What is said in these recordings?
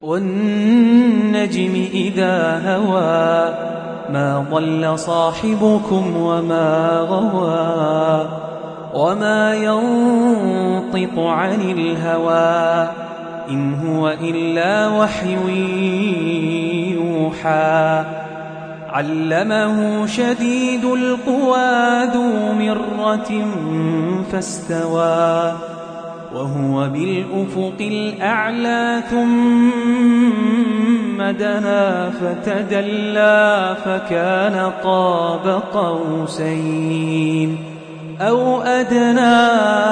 وَالنَّجْمِ إِذَا هَوَىٰ مَا ضَلَّ صَاحِبُكُمْ وَمَا غَوَىٰ وَمَا يَنطِقُ عَنِ الْهَوَىٰ إِنْ هُوَ إِلَّا وَحْيٌ يُوحَىٰ عَلَّمَهُ شَدِيدُ الْقُوَىٰ ذُو مِرَّةٍ فَاسْتَوَىٰ وهو بالأفق الأعلى ثم دنا فتدلى فكان قاب قوسين أو أدنى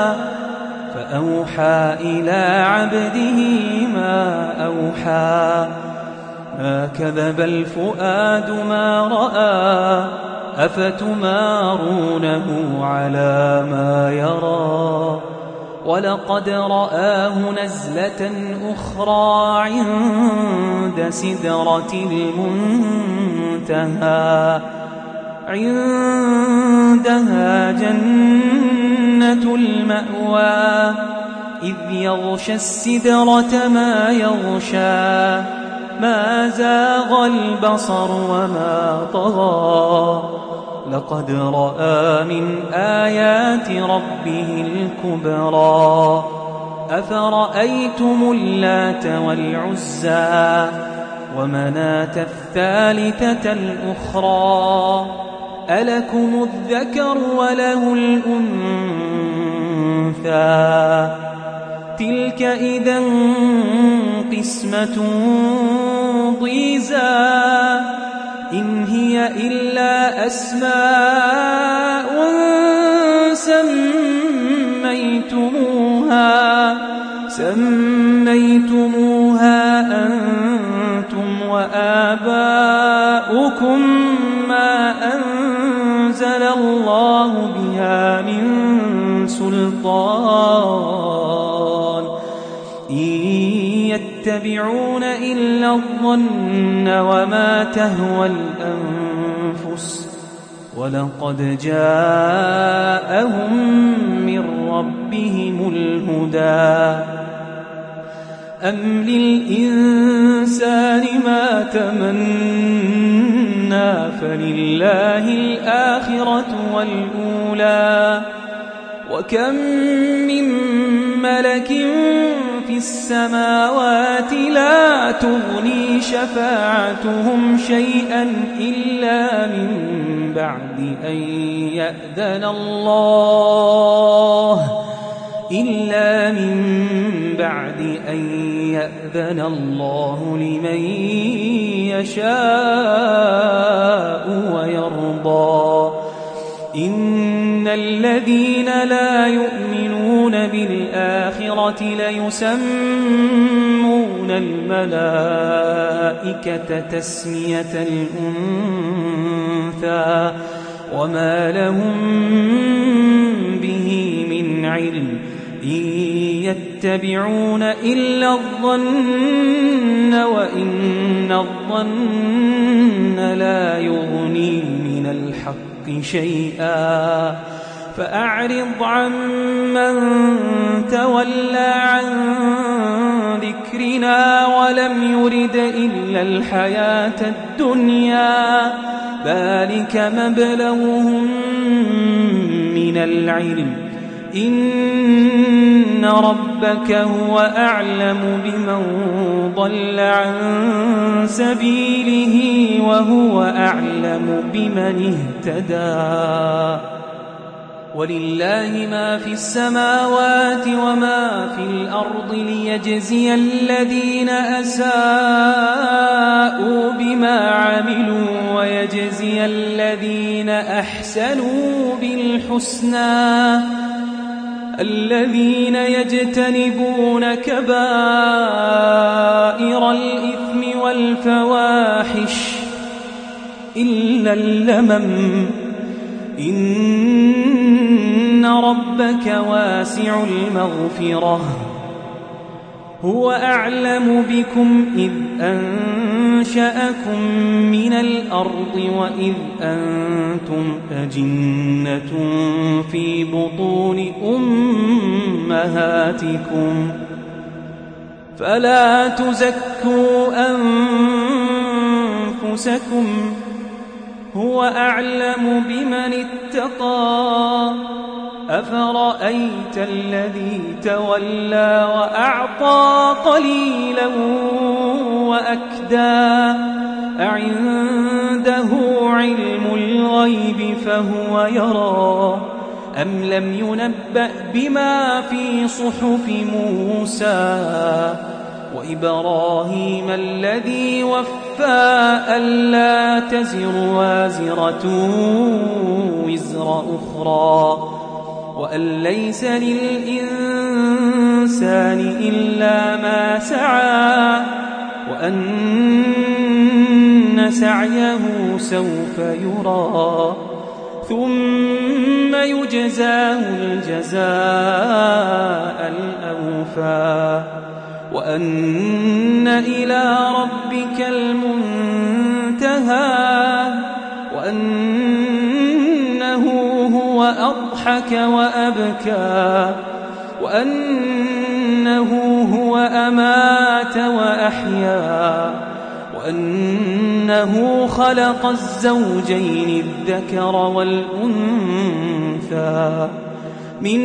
فأوحى إلى عبده ما أوحى ما كذب الفؤاد ما رأى أفتمارونه على ما يرى ولقد رآه نزلة أخرى عند سدرة المنتهى عندها جنة المأوى إذ يغشى السدرة ما يغشى ما زاغ البصر وما طغى لقد رأى من آيات ربه الكبرى أفرأيتم اللات والعزى ومناة الثالثة الأخرى ألكم الذكر وله الأنثى تلك إذا قسمة ضيزى إن هي إلا أسماء سميتموها أنتم وآباؤكم ما أنزل الله بها من سلطان إن يتبعون إلا الظن وما تهوى الأنفس ولقد جاءهم من ربهم الهدى أم للإنسان ما تمنى فلله الآخرة والأولى وكم من ملك في السماوات لا تغني شفاعتهم شيئا إلا من بعد أن يأذن الله لمن يشاء ويرضى إن الذين لا يؤمنون بالآخرة ليسمون الملائكة تسمية الأنثى وما لهم به من علم إن يتبعون إلا الظن وإن الظن لا يغني من الحق شيئا فأعرض عمن تولى عن ذكرنا ولم يرد إلا الحياة الدنيا ذلك مبلغهم من العلم إن ربك هو أعلم بمن ضل عن سبيله وهو أعلم بمن اهتدى ولله ما في السماوات وما في الأرض ليجزي الذين أساءوا بما عملوا ويجزي الذين أحسنوا بالحسنى الذين يجتنبون كبائر الإثم والفواحش إلا اللمم إن ربك واسع المغفرة هو أعلم بكم إذ أنشأكم من الأرض وإذ أنتم أجنة في بطون أمهاتكم فلا تزكوا أنفسكم هو أعلم بمن اتقى أفرأيت الذي تولى وأعطى قليلا وأكدى أعنده علم الغيب فهو يرى أم لم ينبأ بما في صحف موسى وإبراهيم الذي وفى ألا تزر وازرة وزر أخرى وأن ليس للإنسان إلا ما سعى وأن سعيه سوف يرى ثم يجزاه الجزاء الأوفى وأن إلى ربك المنتهى وأنه هو أضحك وأبكى وأنه هو أمات وأحيا وأنه خلق الزوجين الذكر والأنثى من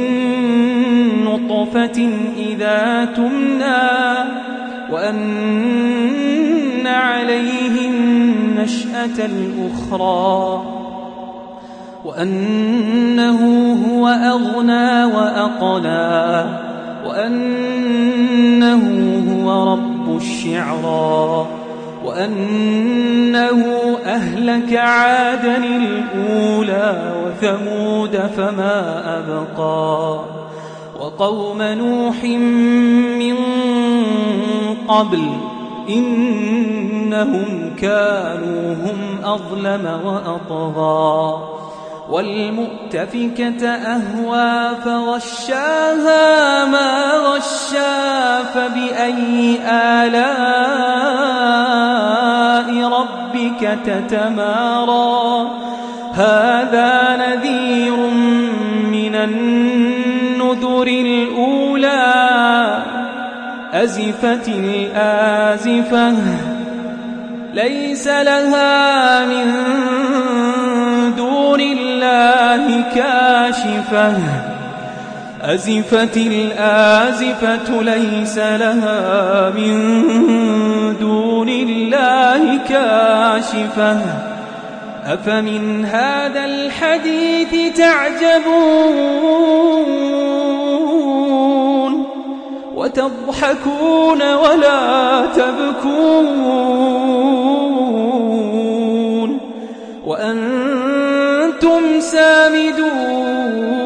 نطفة إذا تمنى وأن عليه النشأة الأخرى وأنه هو أغنى وأقنى وأنه هو رب الشعرى وأنه أهلك عادا الأولى وثمود فما أبقى وقوم نوح من قبل إنهم كانوا هم أظلم وأطغى والمؤتفكة أهوى فغشاها ما غشا فبأي آلاء ربك تتمارى هذا نذير من النذر الأولى أزفت الآزفة ليس لها من دون الله كاشفة أزفت الآزفة ليس لها من دون الله كاشفة أفمن هذا الحديث تعجبون وتضحكون ولا تبكون وأنتم سامدون